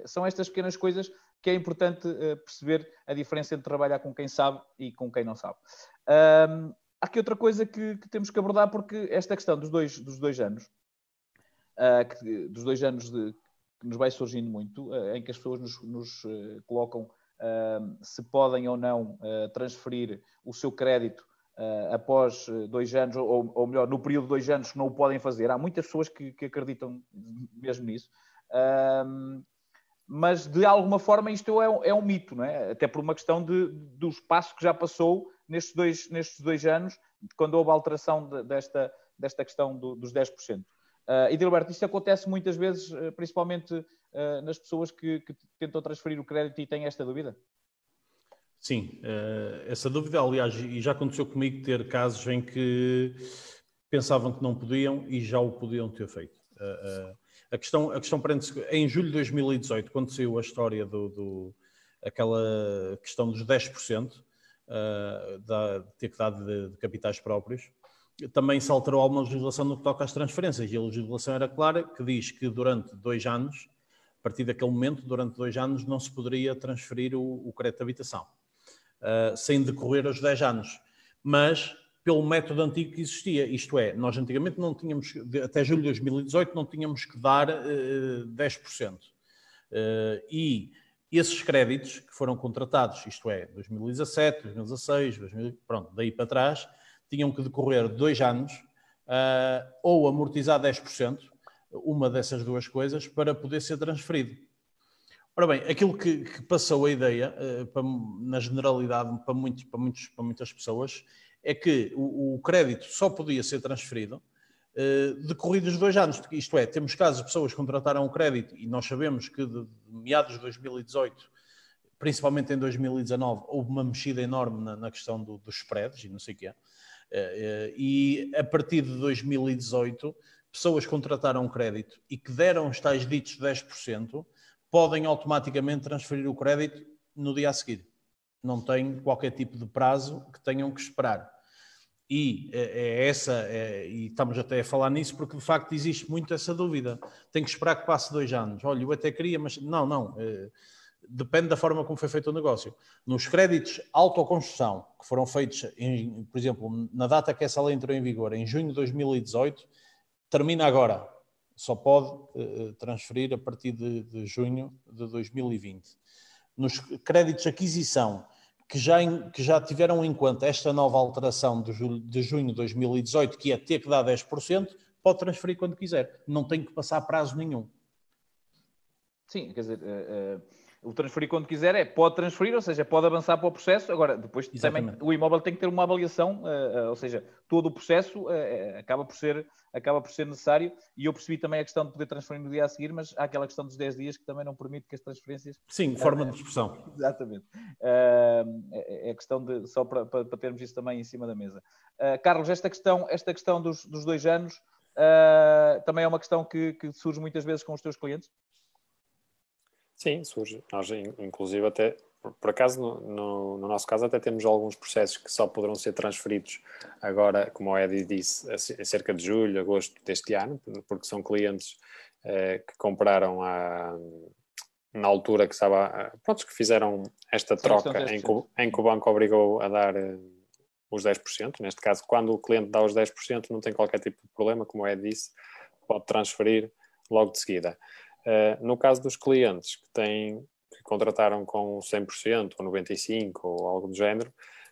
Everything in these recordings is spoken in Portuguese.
são estas pequenas coisas que é importante perceber a diferença entre trabalhar com quem sabe e com quem não sabe. Há aqui outra coisa que temos que abordar, porque esta questão dos dois anos, que nos vai surgindo muito, em que as pessoas nos colocam se podem ou não transferir o seu crédito após 2 anos, ou melhor, no período de 2 anos que não o podem fazer. Há muitas pessoas que acreditam mesmo nisso. Mas, de alguma forma, isto é um mito, não é? Até por uma questão do espaço que já passou nestes dois anos, quando houve a alteração desta questão dos 10%. E, Dilberto, isto acontece muitas vezes, principalmente nas pessoas que tentam transferir o crédito e têm esta dúvida? Sim, essa dúvida, aliás, e já aconteceu comigo ter casos em que pensavam que não podiam e já o podiam ter feito. A questão prende-se em julho de 2018, quando saiu a história aquela questão dos 10% de ter que dar de capitais próprios. Também se alterou alguma legislação no que toca às transferências, e a legislação era clara, que diz que durante 2 anos, a partir daquele momento, durante 2 anos, não se poderia transferir o crédito de habitação, sem decorrer os 10 anos. Mas pelo método antigo que existia, isto é, nós antigamente não tínhamos, até julho de 2018, não tínhamos que dar 10%. E esses créditos que foram contratados, isto é, 2017, 2016, pronto, daí para trás, tinham que decorrer 2 anos ou amortizar 10%, uma dessas duas coisas, para poder ser transferido. Ora bem, aquilo que passou a ideia, na generalidade, para muitas pessoas, é que o crédito só podia ser transferido decorridos 2 anos. Isto é, temos casos de pessoas que contrataram o crédito e nós sabemos que de meados de 2018, principalmente em 2019, houve uma mexida enorme na questão dos spreads e não sei o que é. E a partir de 2018, pessoas que contrataram crédito e que deram os tais ditos 10%, podem automaticamente transferir o crédito no dia a seguir. Não tem qualquer tipo de prazo que tenham que esperar. E e estamos até a falar nisso porque de facto existe muito essa dúvida. Tem que esperar que passe 2 anos. Olha, eu até queria, mas não. Depende da forma como foi feito o negócio. Nos créditos autoconstrução, que foram feitos, por exemplo, na data que essa lei entrou em vigor, em junho de 2018, termina agora. Só pode transferir a partir de junho de 2020. Nos créditos de aquisição, que já tiveram em conta esta nova alteração de junho de 2018, que é ter que dar 10%, pode transferir quando quiser. Não tem que passar prazo nenhum. Sim, quer dizer, o transferir quando quiser pode transferir, ou seja, pode avançar para o processo. Agora, depois também o imóvel tem que ter uma avaliação, ou seja, todo o processo acaba por ser necessário. E eu percebi também a questão de poder transferir no dia a seguir, mas há aquela questão dos 10 dias que também não permite que as transferências... Sim, forma de expressão. Exatamente. É questão de, só para termos isso também em cima da mesa. Carlos, esta questão dos 2 anos também é uma questão que surge muitas vezes com os teus clientes? Sim, surge. Nós, inclusive, até, por acaso, no nosso caso, até temos alguns processos que só poderão ser transferidos agora, como o Edi disse, a cerca de julho, agosto deste ano, porque são clientes que compraram na altura que estava... Pronto, que fizeram esta troca em que o banco obrigou a dar os 10%. Neste caso, quando o cliente dá os 10%, não tem qualquer tipo de problema, como o Edi disse, pode transferir logo de seguida. No caso dos clientes que contrataram com 100% ou 95% ou algo do género,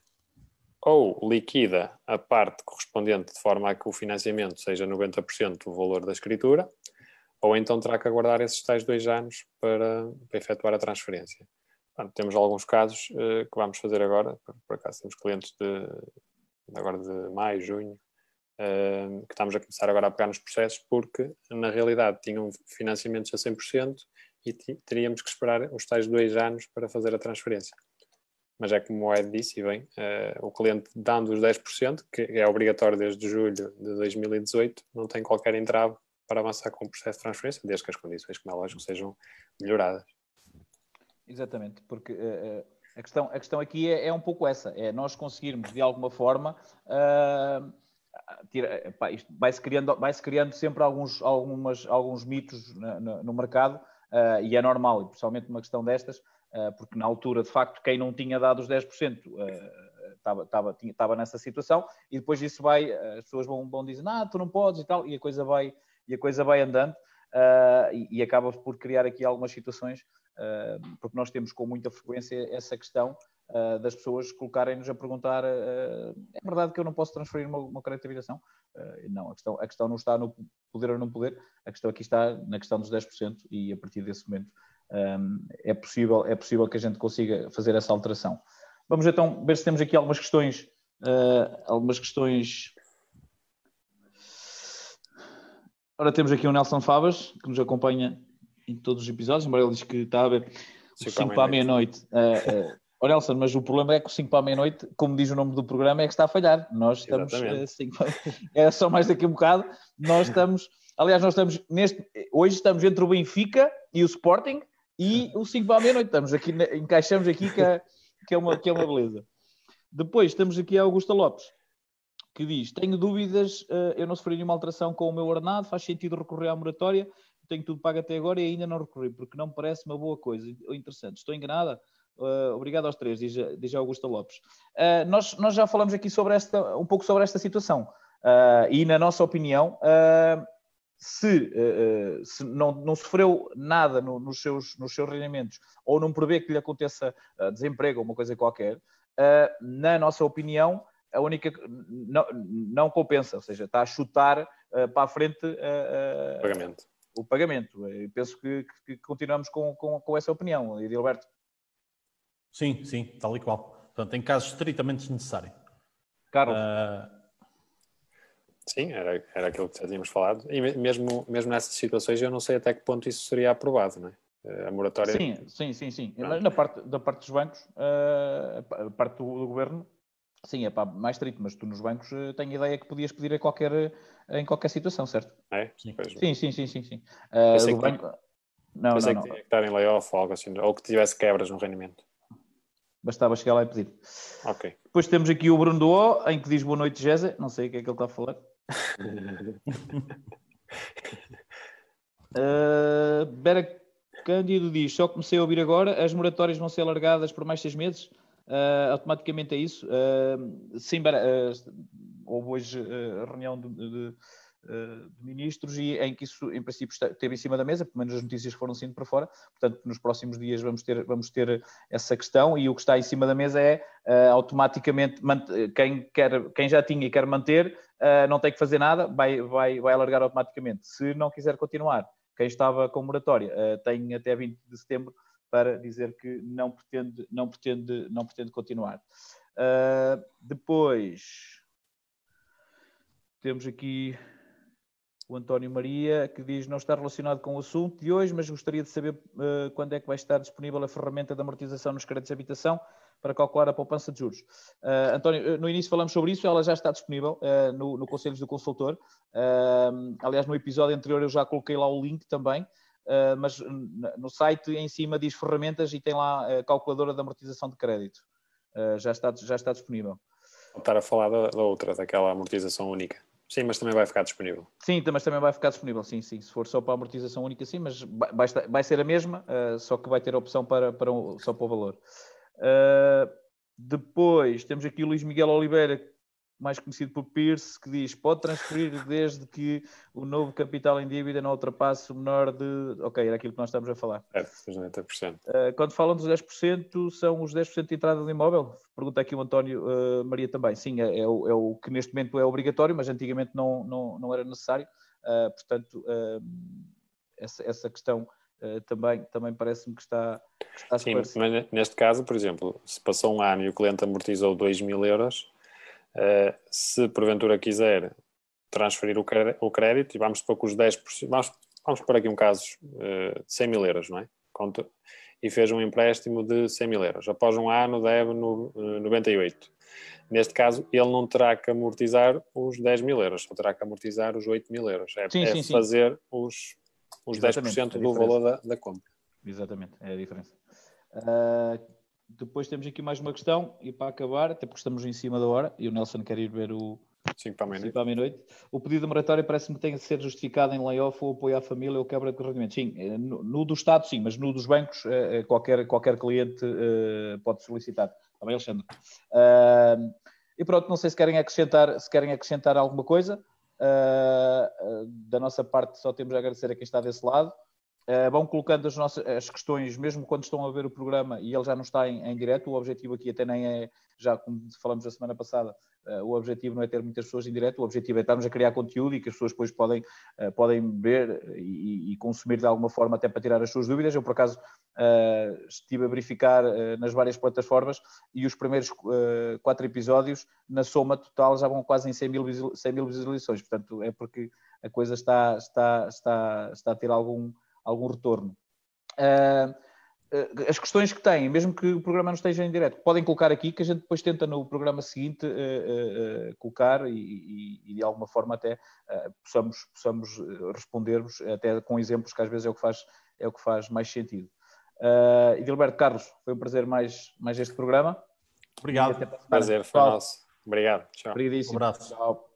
ou liquida a parte correspondente de forma a que o financiamento seja 90% do valor da escritura, ou então terá que aguardar esses tais 2 anos para efetuar a transferência. Portanto, temos alguns casos que vamos fazer agora, por acaso temos clientes agora de maio, junho, que estamos a começar agora a pegar nos processos, porque na realidade tinham financiamentos a 100% e teríamos que esperar os tais 2 anos para fazer a transferência. Mas é como o Ed disse, e bem, o cliente dando os 10%, que é obrigatório desde julho de 2018, não tem qualquer entrave para avançar com o processo de transferência, desde que as condições, como é lógico, sejam melhoradas. Exatamente, porque a questão aqui é um pouco essa, é nós conseguirmos de alguma forma... isto vai-se criando sempre alguns mitos no mercado, e é normal, e principalmente numa questão destas, porque na altura, de facto, quem não tinha dado os 10% estava nessa situação, e depois isso as pessoas vão dizendo, tu não podes e tal, e a coisa vai andando, e acaba por criar aqui algumas situações, porque nós temos com muita frequência essa questão das pessoas colocarem-nos a perguntar, é verdade que eu não posso transferir uma caracterização? Não, a questão não está no poder ou não poder, a questão aqui está na questão dos 10%, e a partir desse momento é possível que a gente consiga fazer essa alteração. Vamos então ver se temos aqui algumas questões. Ora, temos aqui o Nelson Favas, que nos acompanha em todos os episódios, embora ele diz que está a ver o 5 para a meia-noite. Nelson, mas o problema é que o 5 para a meia-noite, como diz o nome do programa, é que está a falhar. Nós estamos... é só mais daqui a um bocado. Nós estamos hoje estamos entre o Benfica e o Sporting e o 5 para a meia-noite. Encaixamos aqui que é uma beleza. Depois temos aqui a Augusta Lopes, que diz, tenho dúvidas, eu não sofri nenhuma alteração com o meu ordenado, faz sentido recorrer à moratória, tenho tudo pago até agora e ainda não recorri, porque não me parece uma boa coisa. Interessante. Estou enganada? Obrigado aos três, diz a Augusta Lopes. Nós já falamos aqui um pouco sobre esta situação, e na nossa opinião, se não sofreu nada nos seus rendimentos, ou não prevê que lhe aconteça desemprego ou uma coisa qualquer, na nossa opinião, a única não compensa, ou seja, está a chutar para a frente o pagamento. Eu penso que continuamos com essa opinião, Edilberto. Sim, tal e qual. Portanto, em casos estritamente desnecessários. Carlos. Sim, era aquilo que já tínhamos falado. E mesmo nessas situações eu não sei até que ponto isso seria aprovado, não é? A moratória... Sim. Mas da parte dos bancos, a parte do governo, sim, é mais estrito, mas tu nos bancos tenho a ideia que podias pedir em qualquer situação, certo? É? Sim. Do banco... Não. Que tinha que estar em layoff ou algo assim, ou que tivesse quebras no rendimento. Bastava chegar lá e pedir. Ok. Depois temos aqui o Bruno do O, em que diz boa noite, Gésa. Não sei o que é que ele está a falar. Bera Cândido diz, só comecei a ouvir agora, as moratórias vão ser alargadas por mais 6 meses? Automaticamente é isso? Sim, Bera, houve hoje a reunião de ministros e em que isso, em princípio, esteve em cima da mesa, pelo menos as notícias foram saindo para fora, portanto, nos próximos dias vamos ter essa questão e o que está em cima da mesa é automaticamente, quem já tinha e quer manter, não tem que fazer nada, vai alargar automaticamente. Se não quiser continuar, quem estava com moratória tem até 20 de setembro para dizer que não pretende continuar. Depois temos aqui o António Maria, que diz não está relacionado com o assunto de hoje, mas gostaria de saber quando é que vai estar disponível a ferramenta de amortização nos créditos de habitação para calcular a poupança de juros. António, no início falamos sobre isso, ela já está disponível no Conselhos do Consultor. Aliás, no episódio anterior eu já coloquei lá o link também, mas no site em cima diz ferramentas e tem lá a calculadora de amortização de crédito. Já está disponível. Vou estar a falar da outra, daquela amortização única. Sim, mas também vai ficar disponível. Sim, mas também vai ficar disponível, sim. Se for só para a amortização única, sim, mas vai ser a mesma, só que vai ter a opção só para o valor. Depois temos aqui o Luís Miguel Oliveira, mais conhecido por Pierce, que diz, pode transferir desde que o novo capital em dívida não ultrapasse o menor de... Ok, era aquilo que nós estamos a falar. 90%. Quando falam dos 10%, são os 10% de entrada do imóvel? Pergunta aqui o António Maria também. Sim, é o que neste momento é obrigatório, mas antigamente não era necessário. Portanto, essa questão também parece-me que está sim, mas neste caso, por exemplo, se passou um ano e o cliente amortizou 2.000 euros, se porventura quiser transferir o crédito, e vamos supor que os 10%, vamos pôr aqui um caso de 100.000 euros, não é? E fez um empréstimo de 100.000 euros. Após um ano deve 98. Neste caso, ele não terá que amortizar os 10.000 euros, só terá que amortizar os 8.000 euros. Sim. Fazer os 10% do valor da compra. Exatamente, é a diferença. Depois temos aqui mais uma questão, e para acabar, até porque estamos em cima da hora, e o Nelson quer ir ver 5 para a meia-noite. 5 para a meia-noite. O pedido de moratória parece-me que tem de ser justificado em layoff ou apoio à família ou quebra de rendimentos. Sim, no do Estado sim, mas no dos bancos qualquer cliente pode solicitar. Está bem, Alexandre? E pronto, não sei se querem acrescentar alguma coisa. Da nossa parte só temos a agradecer a quem está desse lado. Vão colocando as questões, mesmo quando estão a ver o programa e ele já não está em direto. O objetivo aqui até nem é, já como falamos a semana passada, o objetivo não é ter muitas pessoas em direto, o objetivo é estarmos a criar conteúdo e que as pessoas depois podem ver e consumir de alguma forma até para tirar as suas dúvidas. Eu, por acaso, estive a verificar nas várias plataformas e os primeiros 4 episódios, na soma total, já vão quase em 100 mil visualizações. Portanto, é porque a coisa está a ter algum retorno. As questões que têm, mesmo que o programa não esteja em direto, podem colocar aqui, que a gente depois tenta no programa seguinte colocar e de alguma forma até possamos responder-vos, até com exemplos, que às vezes é o que faz mais sentido. Edilberto, Carlos, foi um prazer mais este programa. Obrigado. Prazer, foi nosso. Obrigado. Tchau. Obrigadíssimo. Um abraço. Tchau.